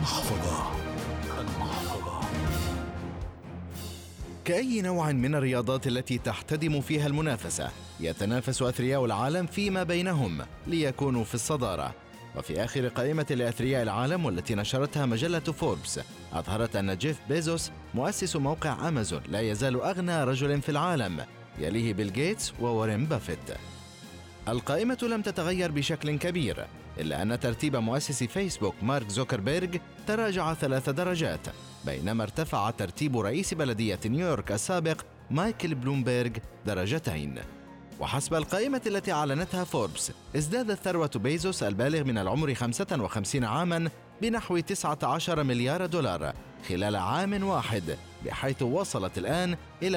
المحفظة. كأي نوع من الرياضات التي تحتدم فيها المنافسة، يتنافس أثرياء العالم فيما بينهم ليكونوا في الصدارة. وفي آخر قائمة لأثرياء العالم والتي نشرتها مجلة فوربس، أظهرت أن جيف بيزوس مؤسس موقع أمازون لا يزال أغنى رجل في العالم، يليه بيل غيتس وورين بافيت. القائمة لم تتغير بشكل كبير، إلا أن ترتيب مؤسس فيسبوك مارك زوكربيرغ تراجع 3 درجات، بينما ارتفع ترتيب رئيس بلدية نيويورك السابق مايكل بلومبيرغ درجتين. وحسب القائمة التي أعلنتها فوربس، ازدادت ثروة بيزوس البالغ من العمر 55 عاماً بنحو 19 مليار دولار خلال عام واحد، بحيث وصلت الآن إلى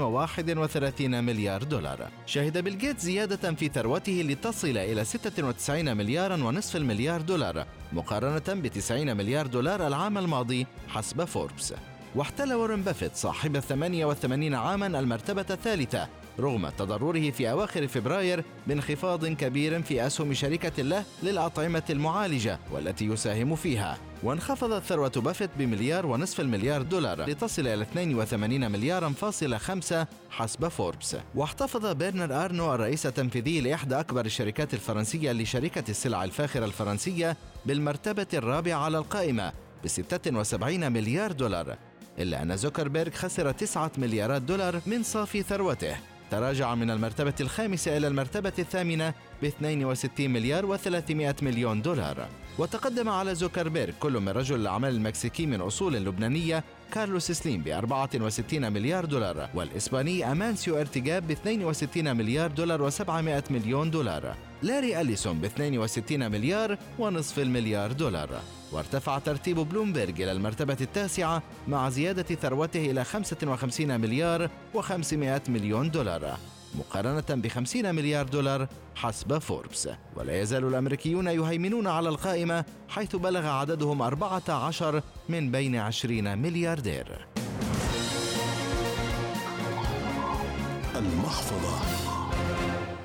131 مليار دولار. شهد بيل غيتس زيادة في ثروته لتصل إلى 96 مليار ونصف المليار دولار مقارنة ب90 مليار دولار العام الماضي حسب فوربس. واحتل وارن بافيت صاحب 88 عاماً المرتبة الثالثة رغم تضرره في أواخر فبراير بانخفاض كبير في أسهم شركة له للأطعمة المعالجة والتي يساهم فيها، وانخفضت ثروة بافيت بمليار ونصف المليار دولار لتصل إلى 82 مليار فاصلة 5 حسب فوربس. واحتفظ برنر أرنو الرئيس التنفيذي لإحدى أكبر الشركات الفرنسية لشركة السلع الفاخرة الفرنسية بالمرتبة الرابعة على القائمة ب76 مليار دولار، إلا أن زوكربيرغ خسر 9 مليارات دولار من صافي ثروته، تراجع من المرتبة الخامسة إلى المرتبة الثامنة ب62 مليار و300 مليون دولار. وتقدم على زوكربيرغ كل من رجل الأعمال المكسيكي من أصول لبنانية كارلوس سليم ب64 مليار دولار، والإسباني أمانسيو ارتجاب ب62 مليار دولار و700 مليون دولار، لاري أليسون ب62 مليار ونصف المليار دولار. وارتفع ترتيب بلومبيرغ إلى المرتبة التاسعة مع زيادة ثروته إلى 55 مليار و500 مليون دولار مقارنة ب50 مليار دولار حسب فوربس. ولا يزال الأمريكيون يهيمنون على القائمة، حيث بلغ عددهم 14 من بين 20 ملياردير. المحفظة.